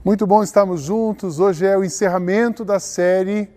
Muito bom estarmos juntos. Hoje é o encerramento da série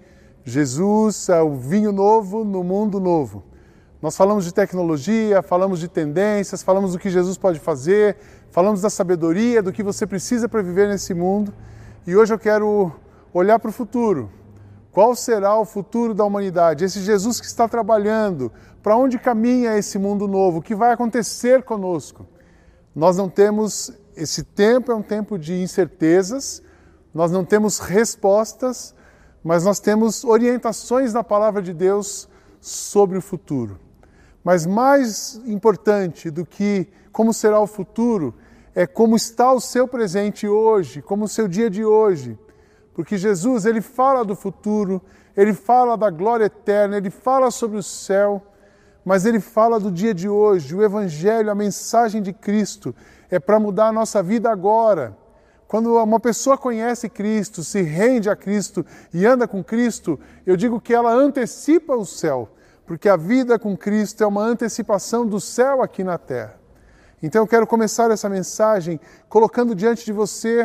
Jesus, o vinho novo no mundo novo. Nós falamos de tecnologia, falamos de tendências, falamos do que Jesus pode fazer, falamos da sabedoria, do que você precisa para viver nesse mundo. E hoje eu quero olhar para o futuro. Qual será o futuro da humanidade? Esse Jesus que está trabalhando, para onde caminha esse mundo novo? O que vai acontecer conosco? Nós não temos... Esse tempo é um tempo de incertezas, nós não temos respostas, mas nós temos orientações na palavra de Deus sobre o futuro. Mas mais importante do que como será o futuro, é como está o seu presente hoje, como o seu dia de hoje. Porque Jesus, ele fala do futuro, ele fala da glória eterna, ele fala sobre o céu, mas ele fala do dia de hoje. O Evangelho, a mensagem de Cristo, é para mudar a nossa vida agora. Quando uma pessoa conhece Cristo, se rende a Cristo e anda com Cristo, eu digo que ela antecipa o céu, porque a vida com Cristo é uma antecipação do céu aqui na terra. Então eu quero começar essa mensagem colocando diante de você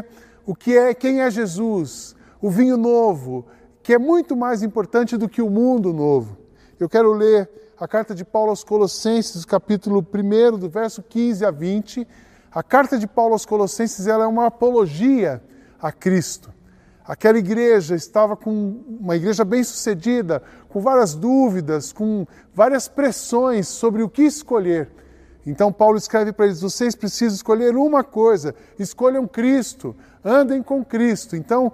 quem é Jesus, o vinho novo, que é muito mais importante do que o mundo novo. Eu quero ler a carta de Paulo aos Colossenses, capítulo 1, do verso 15 a 20. A carta de Paulo aos Colossenses ela é uma apologia a Cristo. Aquela igreja estava com uma igreja bem-sucedida, com várias dúvidas, com várias pressões sobre o que escolher. Então Paulo escreve para eles: vocês precisam escolher uma coisa, escolham Cristo, andem com Cristo. Então,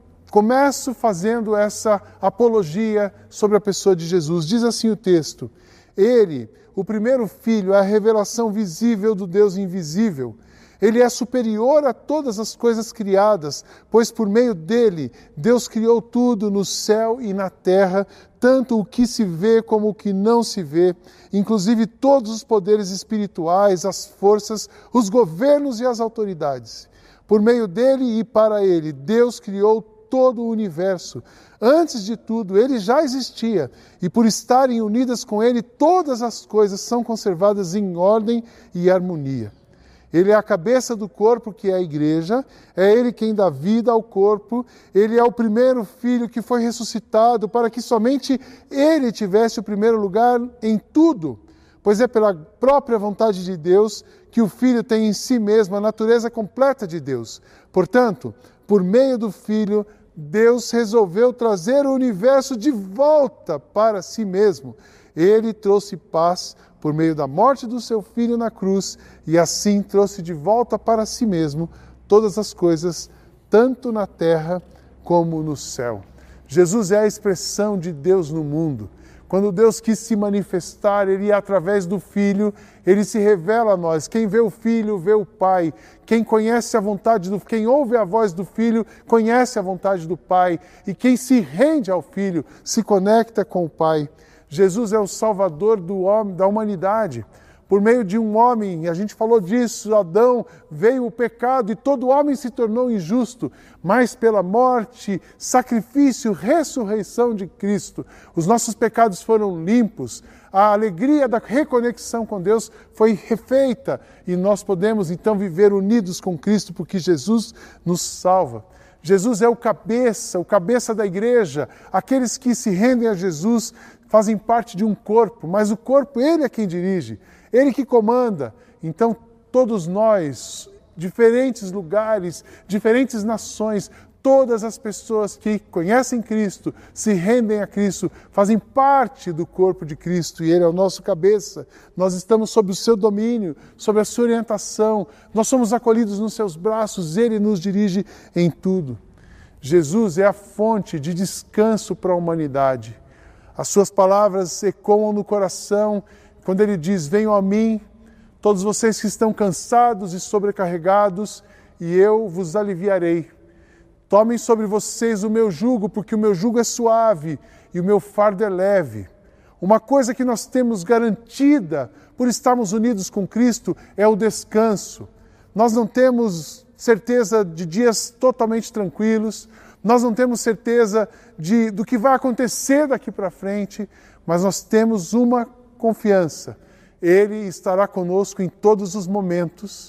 começo fazendo essa apologia sobre a pessoa de Jesus. Diz assim o texto: Ele, o primeiro filho, é a revelação visível do Deus invisível. Ele é superior a todas as coisas criadas, pois por meio dele Deus criou tudo no céu e na terra, tanto o que se vê como o que não se vê, inclusive todos os poderes espirituais, as forças, os governos e as autoridades. Por meio dele e para ele, Deus criou todo o universo. Antes de tudo, ele já existia, e por estarem unidas com ele, todas as coisas são conservadas em ordem e harmonia. Ele é a cabeça do corpo, que é a igreja, é ele quem dá vida ao corpo, ele é o primeiro filho que foi ressuscitado para que somente ele tivesse o primeiro lugar em tudo, pois é pela própria vontade de Deus que o Filho tem em si mesmo a natureza completa de Deus. Portanto, por meio do Filho, Deus resolveu trazer o universo de volta para si mesmo. Ele trouxe paz por meio da morte do seu Filho na cruz e assim trouxe de volta para si mesmo todas as coisas, tanto na terra como no céu. Jesus é a expressão de Deus no mundo. Quando Deus quis se manifestar, ele através do Filho, ele se revela a nós. Quem vê o Filho, vê o Pai. Quem conhece a vontade quem ouve a voz do Filho, conhece a vontade do Pai. E quem se rende ao Filho, se conecta com o Pai. Jesus é o Salvador do homem, da humanidade. Por meio de um homem, a gente falou disso, Adão, veio o pecado e todo homem se tornou injusto, mas pela morte, sacrifício, ressurreição de Cristo, os nossos pecados foram limpos, a alegria da reconexão com Deus foi refeita e nós podemos então viver unidos com Cristo porque Jesus nos salva. Jesus é o cabeça da igreja, aqueles que se rendem a Jesus fazem parte de um corpo, mas o corpo, ele é quem dirige. Ele que comanda. Então, todos nós, diferentes lugares, diferentes nações, todas as pessoas que conhecem Cristo, se rendem a Cristo, fazem parte do corpo de Cristo e Ele é o nosso cabeça. Nós estamos sob o seu domínio, sob a sua orientação. Nós somos acolhidos nos seus braços, Ele nos dirige em tudo. Jesus é a fonte de descanso para a humanidade. As suas palavras ecoam no coração, quando ele diz: venham a mim, todos vocês que estão cansados e sobrecarregados, e eu vos aliviarei. Tomem sobre vocês o meu jugo, porque o meu jugo é suave e o meu fardo é leve. Uma coisa que nós temos garantida por estarmos unidos com Cristo é o descanso. Nós não temos certeza de dias totalmente tranquilos, nós não temos certeza do que vai acontecer daqui para frente, mas nós temos uma confiança. Ele estará conosco em todos os momentos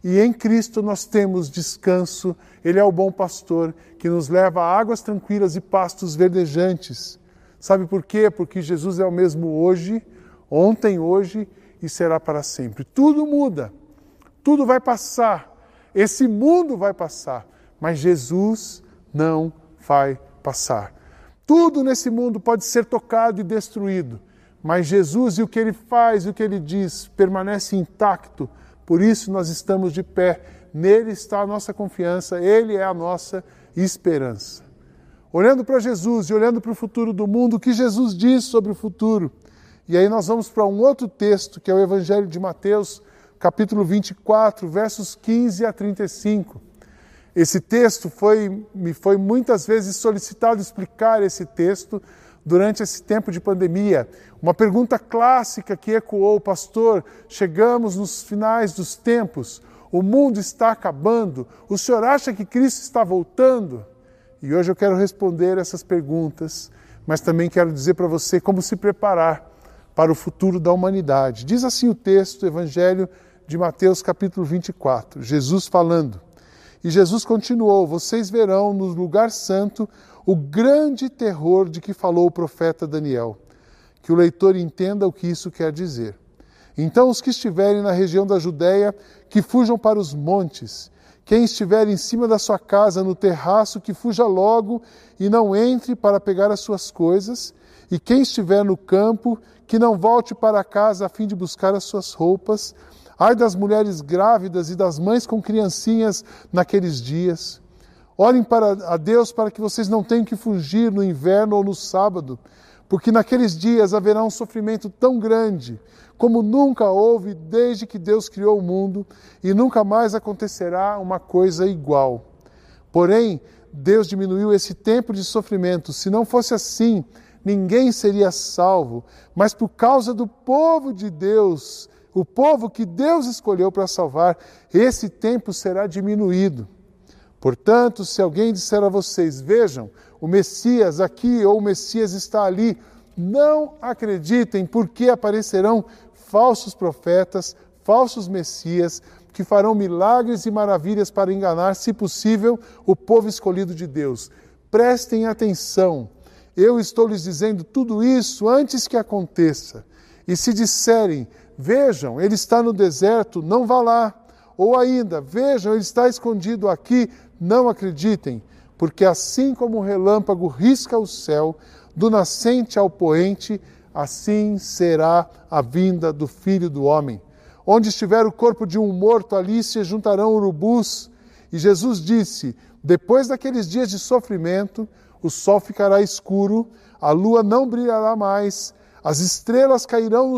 E em Cristo nós temos descanso. Ele é o bom pastor que nos leva a águas tranquilas e pastos verdejantes. Sabe por quê? Porque Jesus é o mesmo hoje, ontem, hoje e será para sempre. Tudo muda, tudo vai passar, esse mundo vai passar, mas Jesus não vai passar. Tudo nesse mundo pode ser tocado e destruído, mas Jesus e o que Ele faz e o que Ele diz permanece intacto. Por isso nós estamos de pé, nele está a nossa confiança, Ele é a nossa esperança. Olhando para Jesus e olhando para o futuro do mundo, o que Jesus diz sobre o futuro? E aí nós vamos para um outro texto, que é o Evangelho de Mateus, capítulo 24, versos 15 a 35. Esse texto me foi muitas vezes solicitado explicar esse texto durante esse tempo de pandemia. Uma pergunta clássica que ecoou: pastor, chegamos nos finais dos tempos, o mundo está acabando, o senhor acha que Cristo está voltando? E hoje eu quero responder essas perguntas, mas também quero dizer para você como se preparar para o futuro da humanidade. Diz assim o texto, Evangelho de Mateus, capítulo 24, Jesus falando. E Jesus continuou: vocês verão no lugar santo o grande terror de que falou o profeta Daniel. Que o leitor entenda o que isso quer dizer. Então os que estiverem na região da Judéia, que fujam para os montes. Quem estiver em cima da sua casa, no terraço, que fuja logo e não entre para pegar as suas coisas. E quem estiver no campo, que não volte para casa a fim de buscar as suas roupas. Ai das mulheres grávidas e das mães com criancinhas naqueles dias. Orem a Deus para que vocês não tenham que fugir no inverno ou no sábado, porque naqueles dias haverá um sofrimento tão grande, como nunca houve desde que Deus criou o mundo, e nunca mais acontecerá uma coisa igual. Porém, Deus diminuiu esse tempo de sofrimento. Se não fosse assim, ninguém seria salvo, mas por causa do povo de Deus, o povo que Deus escolheu para salvar, esse tempo será diminuído. Portanto, se alguém disser a vocês: vejam, o Messias aqui ou o Messias está ali, não acreditem, porque aparecerão falsos profetas, falsos Messias, que farão milagres e maravilhas para enganar, se possível, o povo escolhido de Deus. Prestem atenção, eu estou lhes dizendo tudo isso antes que aconteça. E se disserem: vejam, ele está no deserto, não vá lá. Ou ainda: vejam, ele está escondido aqui, não acreditem. Porque assim como o relâmpago risca o céu, do nascente ao poente, assim será a vinda do Filho do Homem. Onde estiver o corpo de um morto, ali se juntarão urubus. E Jesus disse: depois daqueles dias de sofrimento, o sol ficará escuro, a lua não brilhará mais, as estrelas cairão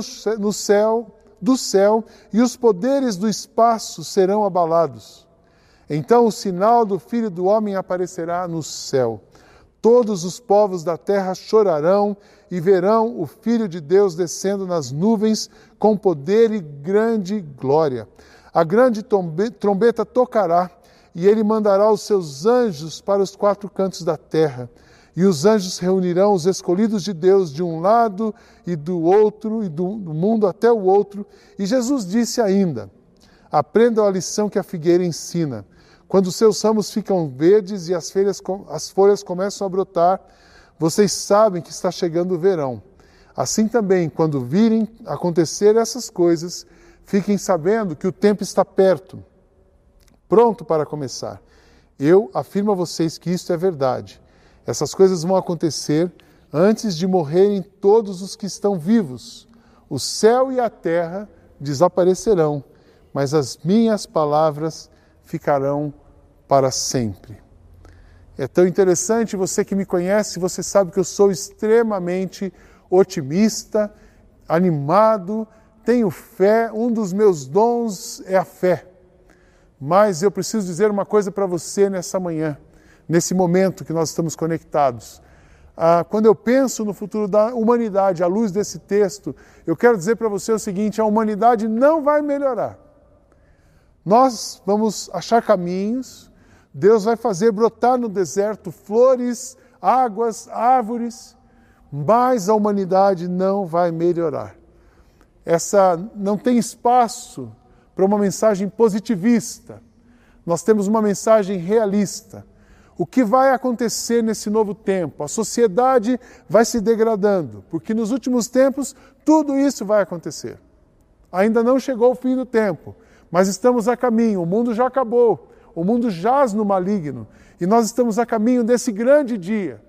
do céu e os poderes do espaço serão abalados. Então o sinal do Filho do Homem aparecerá no céu. Todos os povos da terra chorarão e verão o Filho de Deus descendo nas nuvens com poder e grande glória. A grande trombeta tocará e ele mandará os seus anjos para os quatro cantos da terra. E os anjos reunirão os escolhidos de Deus de um lado e do outro, e do mundo até o outro. E Jesus disse ainda: aprendam a lição que a figueira ensina. Quando os seus ramos ficam verdes e as folhas começam a brotar, vocês sabem que está chegando o verão. Assim também, quando virem acontecer essas coisas, fiquem sabendo que o tempo está perto, pronto para começar. Eu afirmo a vocês que isto é verdade. Essas coisas vão acontecer antes de morrerem todos os que estão vivos. O céu e a terra desaparecerão, mas as minhas palavras ficarão para sempre. É tão interessante, você que me conhece, você sabe que eu sou extremamente otimista, animado, tenho fé, um dos meus dons é a fé. Mas eu preciso dizer uma coisa para você nessa manhã, nesse momento que nós estamos conectados. Quando eu penso no futuro da humanidade, à luz desse texto, eu quero dizer para você o seguinte: a humanidade não vai melhorar. Nós vamos achar caminhos, Deus vai fazer brotar no deserto flores, águas, árvores, mas a humanidade não vai melhorar. Não tem espaço para uma mensagem positivista. Nós temos uma mensagem realista. O que vai acontecer nesse novo tempo? A sociedade vai se degradando, porque nos últimos tempos tudo isso vai acontecer. Ainda não chegou o fim do tempo, mas estamos a caminho. O mundo já acabou, o mundo jaz no maligno e nós estamos a caminho desse grande dia.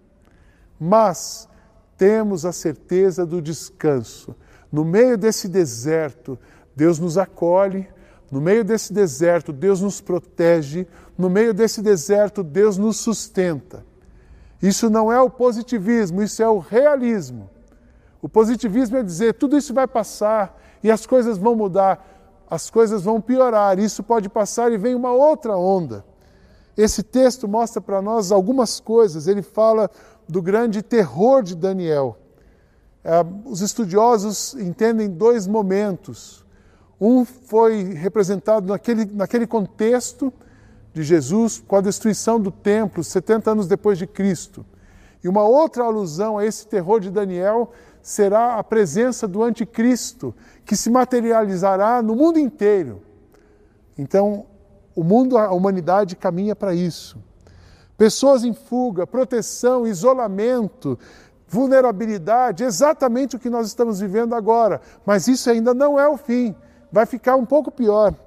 Mas temos a certeza do descanso. No meio desse deserto, Deus nos acolhe. No meio desse deserto, Deus nos protege. No meio desse deserto, Deus nos sustenta. Isso não é o positivismo, isso é o realismo. O positivismo é dizer, tudo isso vai passar e as coisas vão mudar, as coisas vão piorar, isso pode passar e vem uma outra onda. Esse texto mostra para nós algumas coisas, ele fala do grande terror de Daniel. Os estudiosos entendem dois momentos. Um foi representado naquele contexto de Jesus, com a destruição do templo, 70 anos depois de Cristo. E uma outra alusão a esse terror de Daniel será a presença do anticristo, que se materializará no mundo inteiro. Então, o mundo, a humanidade caminha para isso. Pessoas em fuga, proteção, isolamento, vulnerabilidade, exatamente o que nós estamos vivendo agora. Mas isso ainda não é o fim. Vai ficar um pouco pior.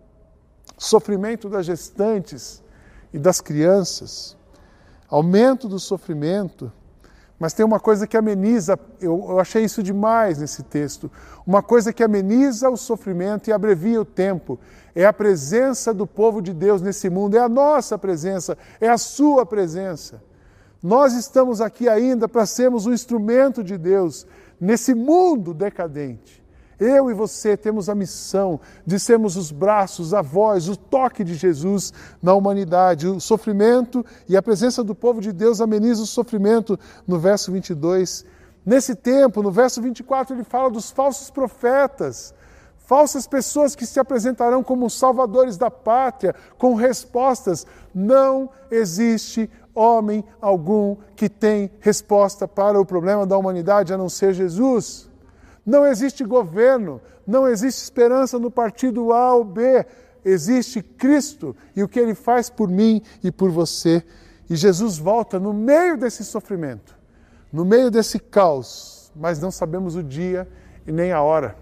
Sofrimento das gestantes e das crianças. Aumento do sofrimento. Mas tem uma coisa que ameniza, eu achei isso demais nesse texto, uma coisa que ameniza o sofrimento e abrevia o tempo, é a presença do povo de Deus nesse mundo, é a nossa presença, é a sua presença. Nós estamos aqui ainda para sermos um instrumento de Deus nesse mundo decadente. Eu e você temos a missão de sermos os braços, a voz, o toque de Jesus na humanidade. O sofrimento e a presença do povo de Deus ameniza o sofrimento no verso 22. Nesse tempo, no verso 24, ele fala dos falsos profetas, falsas pessoas que se apresentarão como salvadores da pátria, com respostas. Não existe homem algum que tem resposta para o problema da humanidade a não ser Jesus. Não existe governo, não existe esperança no partido A ou B. Existe Cristo e o que Ele faz por mim e por você. E Jesus volta no meio desse sofrimento, no meio desse caos, mas não sabemos o dia e nem a hora.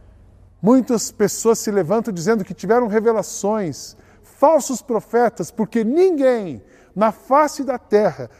Muitas pessoas se levantam dizendo que tiveram revelações, falsos profetas, porque ninguém na face da terra,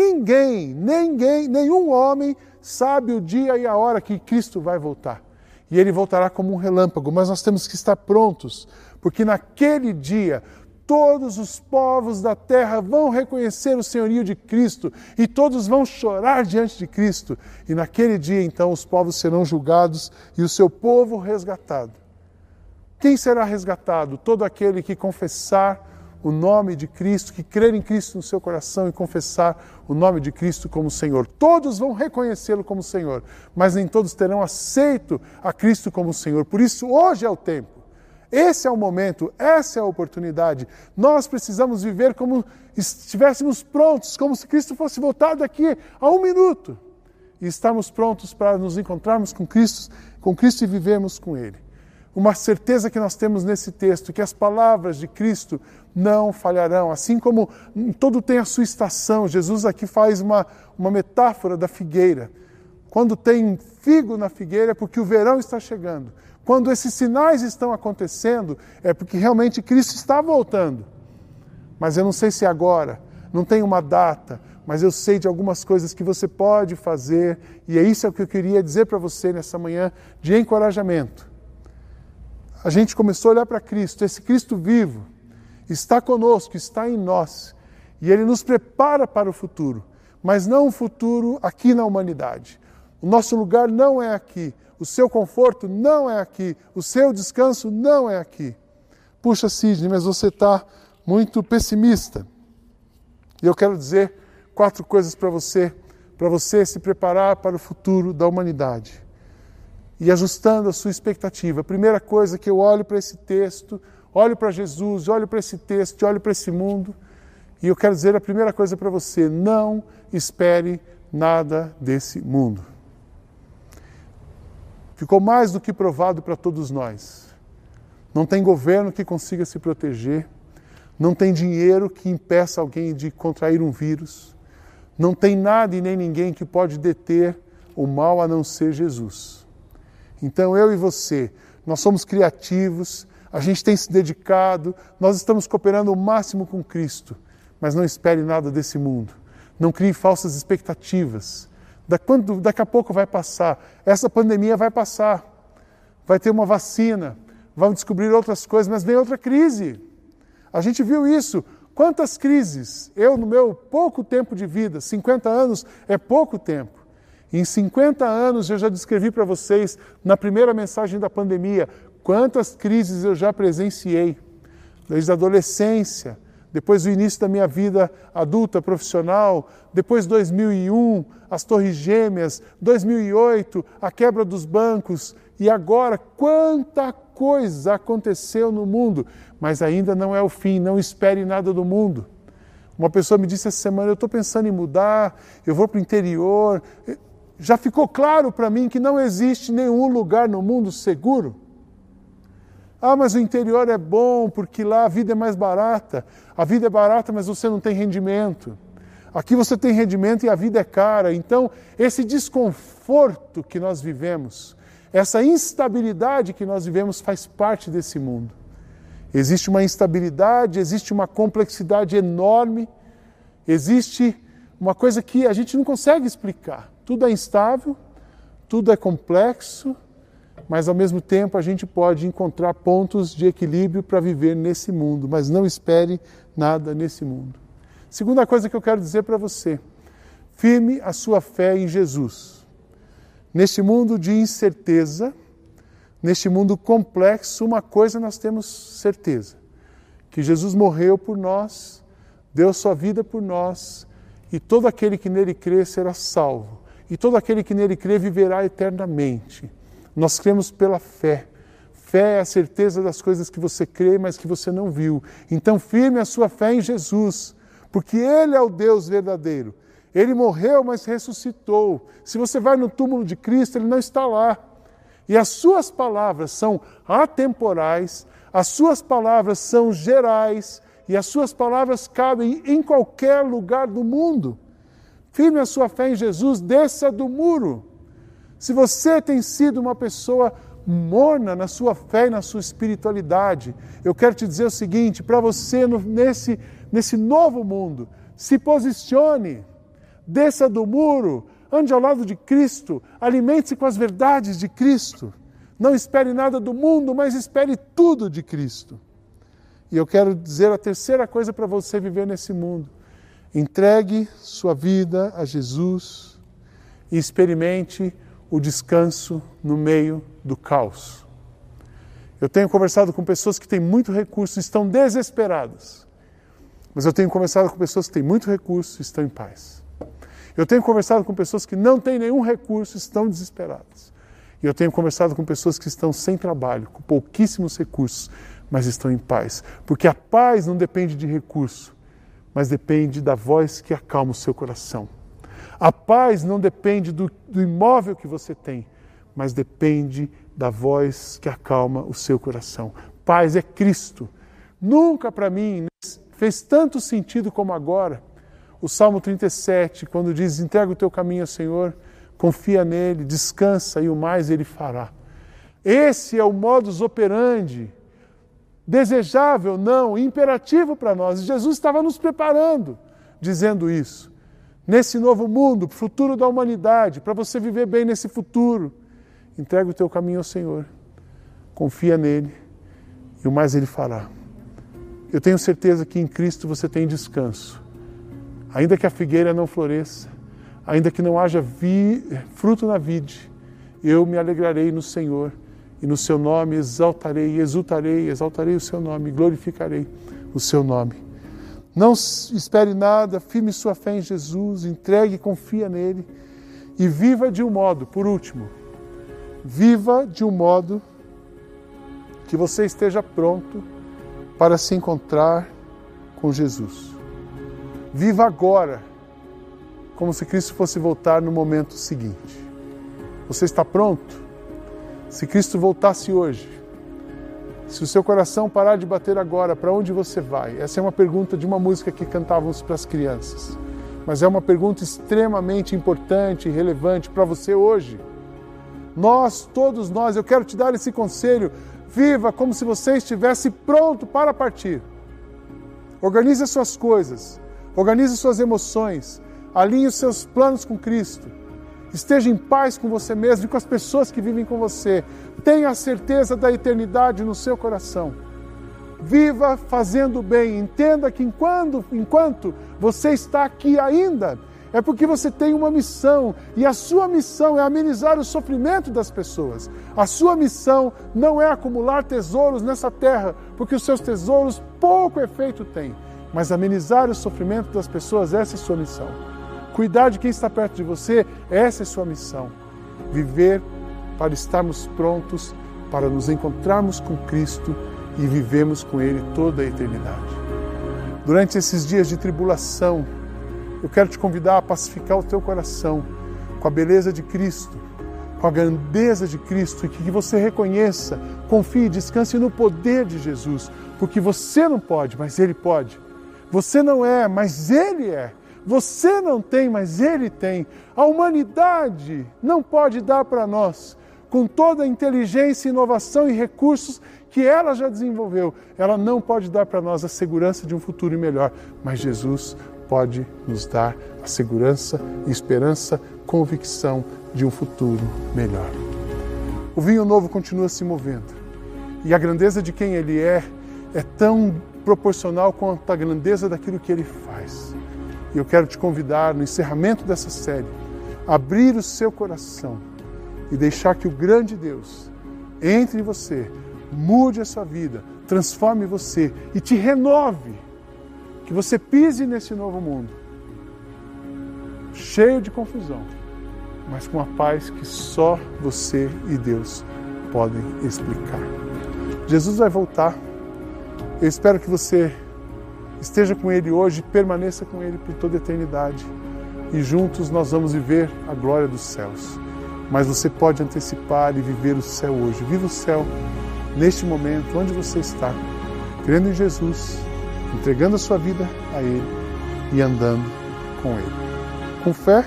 nenhum homem sabe o dia e a hora que Cristo vai voltar. E Ele voltará como um relâmpago, mas nós temos que estar prontos, porque naquele dia todos os povos da terra vão reconhecer o senhorio de Cristo e todos vão chorar diante de Cristo. E naquele dia, então, os povos serão julgados e o seu povo resgatado. Quem será resgatado? Todo aquele que confessar o nome de Cristo, que crer em Cristo no seu coração e confessar o nome de Cristo como Senhor. Todos vão reconhecê-lo como Senhor, mas nem todos terão aceito a Cristo como Senhor. Por isso, hoje é o tempo. Esse é o momento, essa é a oportunidade. Nós precisamos viver como se estivéssemos prontos, como se Cristo fosse voltar daqui a 1 minuto. E estarmos prontos para nos encontrarmos com Cristo e vivermos com Ele. Uma certeza que nós temos nesse texto, que as palavras de Cristo não falharão. Assim como todo tem a sua estação, Jesus aqui faz uma metáfora da figueira. Quando tem figo na figueira é porque o verão está chegando. Quando esses sinais estão acontecendo é porque realmente Cristo está voltando. Mas eu não sei se agora, não tem uma data, mas eu sei de algumas coisas que você pode fazer, e é isso que eu queria dizer para você nessa manhã de encorajamento. A gente começou a olhar para Cristo, esse Cristo vivo está conosco, está em nós, e Ele nos prepara para o futuro, mas não um futuro aqui na humanidade. O nosso lugar não é aqui, o seu conforto não é aqui, o seu descanso não é aqui. Puxa, Sidney, mas você está muito pessimista. E eu quero dizer 4 coisas para você se preparar para o futuro da humanidade. E ajustando a sua expectativa. A primeira coisa que eu olho para esse texto, olho para Jesus, olho para esse texto, olho para esse mundo, e eu quero dizer a primeira coisa para você: não espere nada desse mundo. Ficou mais do que provado para todos nós. Não tem governo que consiga se proteger. Não tem dinheiro que impeça alguém de contrair um vírus. Não tem nada e nem ninguém que pode deter o mal a não ser Jesus. Então eu e você, nós somos criativos, a gente tem se dedicado, nós estamos cooperando o máximo com Cristo, mas não espere nada desse mundo. Não crie falsas expectativas. Daqui a pouco vai passar. Essa pandemia vai passar. Vai ter uma vacina, vamos descobrir outras coisas, mas vem outra crise. A gente viu isso. Quantas crises? Eu, no meu pouco tempo de vida, 50 anos é pouco tempo. Em 50 anos eu já descrevi para vocês, na primeira mensagem da pandemia, quantas crises eu já presenciei. Desde a adolescência, depois do início da minha vida adulta, profissional, depois 2001, as Torres Gêmeas, 2008, a quebra dos bancos, e agora quanta coisa aconteceu no mundo, mas ainda não é o fim, não espere nada do mundo. Uma pessoa me disse essa semana, eu estou pensando em mudar, eu vou para o interior. Já ficou claro para mim que não existe nenhum lugar no mundo seguro. Ah, mas o interior é bom porque lá a vida é mais barata. A vida é barata, mas você não tem rendimento. Aqui você tem rendimento e a vida é cara. Então, esse desconforto que nós vivemos, essa instabilidade que nós vivemos faz parte desse mundo. Existe uma instabilidade, existe uma complexidade enorme, existe uma coisa que a gente não consegue explicar. Tudo é instável, tudo é complexo, mas ao mesmo tempo a gente pode encontrar pontos de equilíbrio para viver nesse mundo, mas não espere nada nesse mundo. Segunda coisa que eu quero dizer para você, firme a sua fé em Jesus. Neste mundo de incerteza, neste mundo complexo, uma coisa nós temos certeza, que Jesus morreu por nós, deu sua vida por nós, e todo aquele que nele crê será salvo. E todo aquele que nele crê viverá eternamente. Nós cremos pela fé. Fé é a certeza das coisas que você crê, mas que você não viu. Então firme a sua fé em Jesus, porque Ele é o Deus verdadeiro. Ele morreu, mas ressuscitou. Se você vai no túmulo de Cristo, Ele não está lá. E as suas palavras são atemporais, as suas palavras são gerais, e as suas palavras cabem em qualquer lugar do mundo. Firme a sua fé em Jesus, desça do muro. Se você tem sido uma pessoa morna na sua fé e na sua espiritualidade, eu quero te dizer o seguinte, para você nesse novo mundo, se posicione, desça do muro, ande ao lado de Cristo, alimente-se com as verdades de Cristo. Não espere nada do mundo, mas espere tudo de Cristo. E eu quero dizer a terceira coisa para você viver nesse mundo. Entregue sua vida a Jesus e experimente o descanso no meio do caos. Eu tenho conversado com pessoas que têm muito recurso e estão desesperadas. Mas eu tenho conversado com pessoas que têm muito recurso e estão em paz. Eu tenho conversado com pessoas que não têm nenhum recurso e estão desesperadas. E eu tenho conversado com pessoas que estão sem trabalho, com pouquíssimos recursos, mas estão em paz. Porque a paz não depende de recurso, mas depende da voz que acalma o seu coração. A paz não depende do imóvel que você tem, mas depende da voz que acalma o seu coração. Paz é Cristo. Nunca para mim fez tanto sentido como agora. O Salmo 37, quando diz, entrega o teu caminho ao Senhor, confia nele, descansa e o mais ele fará. Esse é o modus operandi, desejável, não, imperativo para nós. E Jesus estava nos preparando, dizendo isso. Nesse novo mundo, futuro da humanidade, para você viver bem nesse futuro, entrega o teu caminho ao Senhor, confia nele e o mais ele fará. Eu tenho certeza que em Cristo você tem descanso. Ainda que a figueira não floresça, ainda que não haja fruto na vide, eu me alegrarei no Senhor e no seu nome exaltarei o seu nome, glorificarei o seu nome. Não espere nada, firme sua fé em Jesus, entregue e confia nele e viva de um modo, por último, viva de um modo que você esteja pronto para se encontrar com Jesus. Viva agora, como se Cristo fosse voltar no momento seguinte. Você está pronto? Se Cristo voltasse hoje, Se o seu coração parar de bater agora, para onde você vai? Essa é uma pergunta de uma música que cantávamos para as crianças. Mas é uma pergunta extremamente importante e relevante para você hoje. Todos nós, eu quero te dar esse conselho. Viva como se você estivesse pronto para partir. Organize as suas coisas, organize suas emoções, alinhe os seus planos com Cristo. Esteja em paz com você mesmo e com as pessoas que vivem com você. Tenha a certeza da eternidade no seu coração. Viva fazendo o bem. Entenda que enquanto você está aqui ainda, é porque você tem uma missão. E a sua missão é amenizar o sofrimento das pessoas. A sua missão não é acumular tesouros nessa terra, porque os seus tesouros pouco efeito têm. Mas amenizar o sofrimento das pessoas, essa é a sua missão. Cuidar de quem está perto de você, essa é a sua missão. Viver para estarmos prontos, para nos encontrarmos com Cristo e vivemos com Ele toda a eternidade. Durante esses dias de tribulação, eu quero te convidar a pacificar o teu coração com a beleza de Cristo, com a grandeza de Cristo, e que você reconheça, confie e descanse no poder de Jesus, porque você não pode, mas Ele pode. Você não é, mas Ele é. Você não tem, mas Ele tem. A humanidade não pode dar para nós, com toda a inteligência, inovação e recursos que ela já desenvolveu. Ela não pode dar para nós a segurança de um futuro melhor, mas Jesus pode nos dar a segurança, esperança, convicção de um futuro melhor. O vinho novo continua se movendo e a grandeza de quem Ele é tão proporcional quanto a grandeza daquilo que Ele faz. E eu quero te convidar, no encerramento dessa série, a abrir o seu coração e deixar que o grande Deus entre em você, mude a sua vida, transforme você e te renove. Que você pise nesse novo mundo, cheio de confusão, mas com a paz que só você e Deus podem explicar. Jesus vai voltar. Eu espero que você esteja com Ele hoje, permaneça com Ele por toda a eternidade. E juntos nós vamos viver a glória dos céus. Mas você pode antecipar e viver o céu hoje. Viva o céu neste momento, onde você está, crendo em Jesus, entregando a sua vida a Ele e andando com Ele. Com fé,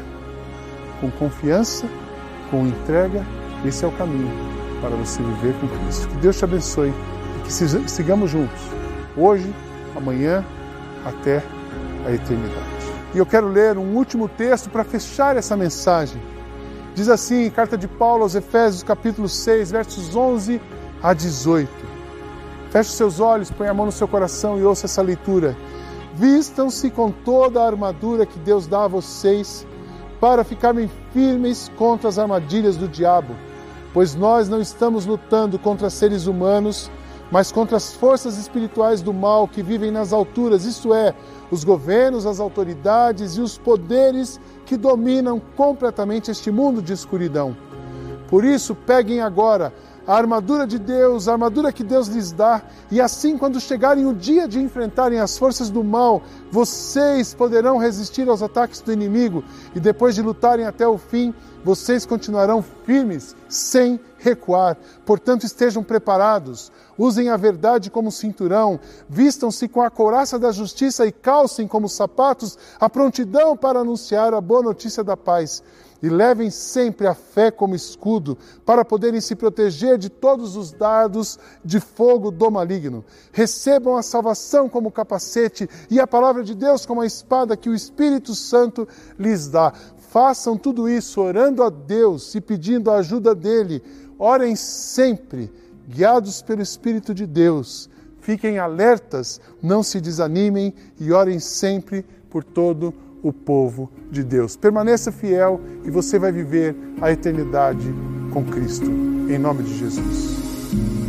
com confiança, com entrega, esse é o caminho para você viver com Cristo. Que Deus te abençoe e que sigamos juntos, hoje, amanhã, até a eternidade. E eu quero ler um último texto para fechar essa mensagem. Diz assim, carta de Paulo aos Efésios, capítulo 6, versos 11 a 18. Feche os seus olhos, põe a mão no seu coração e ouça essa leitura. Vistam-se com toda a armadura que Deus dá a vocês para ficarem firmes contra as armadilhas do diabo, pois nós não estamos lutando contra seres humanos, mas contra as forças espirituais do mal que vivem nas alturas, isto é, os governos, as autoridades e os poderes que dominam completamente este mundo de escuridão. Por isso, peguem agora a armadura de Deus, a armadura que Deus lhes dá, e assim, quando chegarem o dia de enfrentarem as forças do mal, vocês poderão resistir aos ataques do inimigo, e depois de lutarem até o fim, vocês continuarão firmes, sem recuar. Portanto, estejam preparados, usem a verdade como cinturão, vistam-se com a couraça da justiça e calcem como sapatos a prontidão para anunciar a boa notícia da paz. E levem sempre a fé como escudo, para poderem se proteger de todos os dardos de fogo do maligno. Recebam a salvação como capacete e a palavra de Deus como a espada que o Espírito Santo lhes dá. Façam tudo isso orando a Deus e pedindo a ajuda dEle. Orem sempre, guiados pelo Espírito de Deus. Fiquem alertas, não se desanimem e orem sempre por todo o povo de Deus. Permaneça fiel e você vai viver a eternidade com Cristo. Em nome de Jesus.